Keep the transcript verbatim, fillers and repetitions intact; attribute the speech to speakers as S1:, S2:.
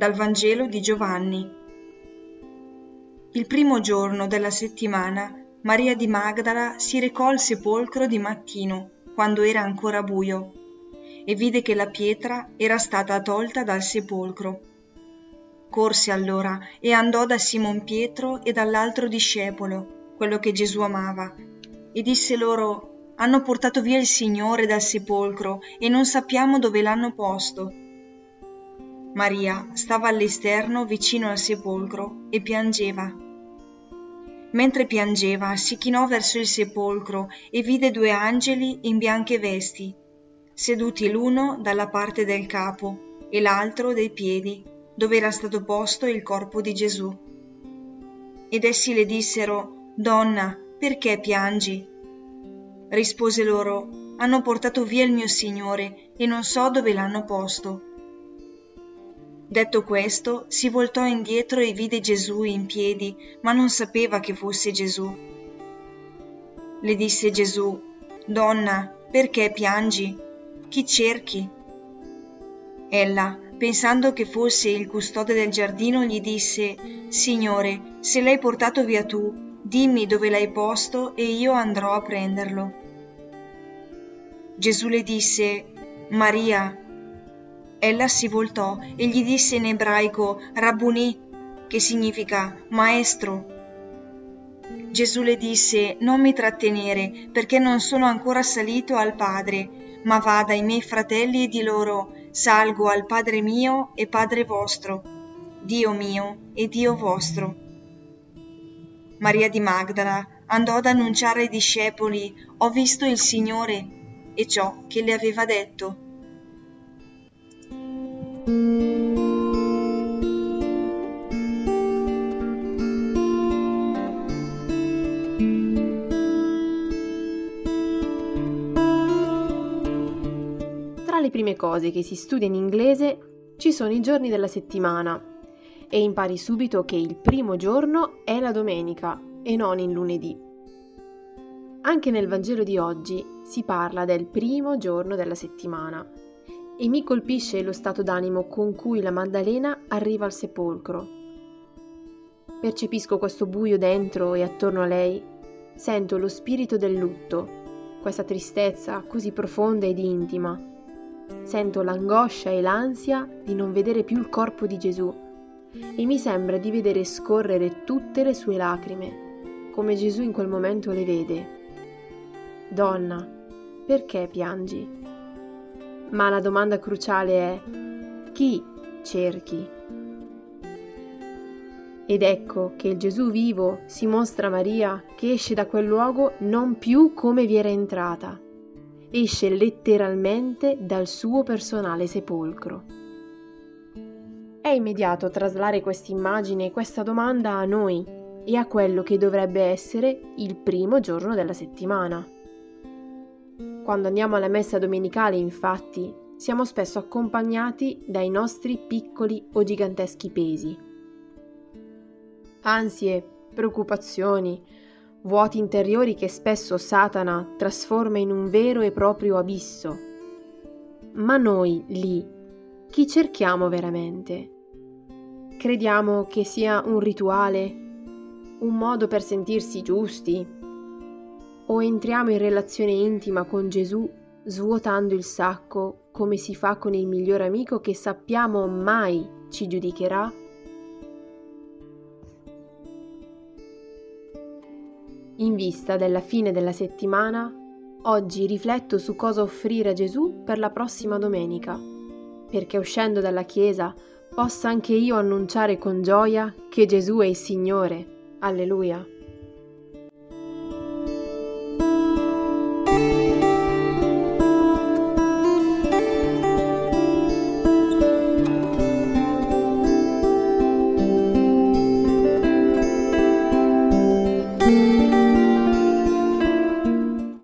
S1: Dal Vangelo di Giovanni. Il primo giorno della settimana, Maria di Magdala si recò al sepolcro di mattino, quando era ancora buio, e vide che la pietra era stata tolta dal sepolcro. Corse allora e andò da Simon Pietro e dall'altro discepolo, quello che Gesù amava, e disse loro: «Hanno portato via il Signore dal sepolcro e non sappiamo dove l'hanno posto». Maria stava all'esterno vicino al sepolcro e piangeva. Mentre piangeva, si chinò verso il sepolcro e vide due angeli in bianche vesti, seduti l'uno dalla parte del capo e l'altro dei piedi, dove era stato posto il corpo di Gesù. Ed essi le dissero: «Donna, perché piangi?» Rispose loro: «Hanno portato via il mio Signore e non so dove l'hanno posto». Detto questo, si voltò indietro e vide Gesù in piedi, ma non sapeva che fosse Gesù. Le disse Gesù: «Donna, perché piangi? Chi cerchi?» Ella, pensando che fosse il custode del giardino, gli disse: «Signore, se l'hai portato via tu, dimmi dove l'hai posto e io andrò a prenderlo». Gesù le disse: «Maria». Ella si voltò e gli disse in ebraico Rabbuni, che significa maestro. Gesù le disse: «Non mi trattenere, perché non sono ancora salito al Padre, ma va dai miei fratelli e di loro: salgo al Padre mio e Padre vostro, Dio mio e Dio vostro». Maria di Magdala andò ad annunciare ai discepoli: «Ho visto il Signore», e ciò che le aveva detto.
S2: Tra le prime cose che si studia in inglese ci sono i giorni della settimana e impari subito che il primo giorno è la domenica e non il lunedì. Anche nel Vangelo di oggi si parla del primo giorno della settimana e mi colpisce lo stato d'animo con cui la Maddalena arriva al sepolcro. Percepisco questo buio dentro e attorno a lei, sento lo spirito del lutto, questa tristezza così profonda ed intima. Sento l'angoscia e l'ansia di non vedere più il corpo di Gesù e mi sembra di vedere scorrere tutte le sue lacrime, come Gesù in quel momento le vede. «Donna, perché piangi?» Ma la domanda cruciale è: chi cerchi? Ed ecco che il Gesù vivo si mostra a Maria, che esce da quel luogo non più come vi era entrata. Esce letteralmente dal suo personale sepolcro. È immediato traslare questa immagine e questa domanda a noi e a quello che dovrebbe essere il primo giorno della settimana. Quando andiamo alla messa domenicale, infatti, siamo spesso accompagnati dai nostri piccoli o giganteschi pesi. Ansie, preoccupazioni, vuoti interiori che spesso Satana trasforma in un vero e proprio abisso. Ma noi lì, chi cerchiamo veramente? Crediamo che sia un rituale, un modo per sentirsi giusti? O entriamo in relazione intima con Gesù svuotando il sacco come si fa con il miglior amico che sappiamo mai ci giudicherà? In vista della fine della settimana, oggi rifletto su cosa offrire a Gesù per la prossima domenica, perché uscendo dalla chiesa possa anche io annunciare con gioia che Gesù è il Signore. Alleluia!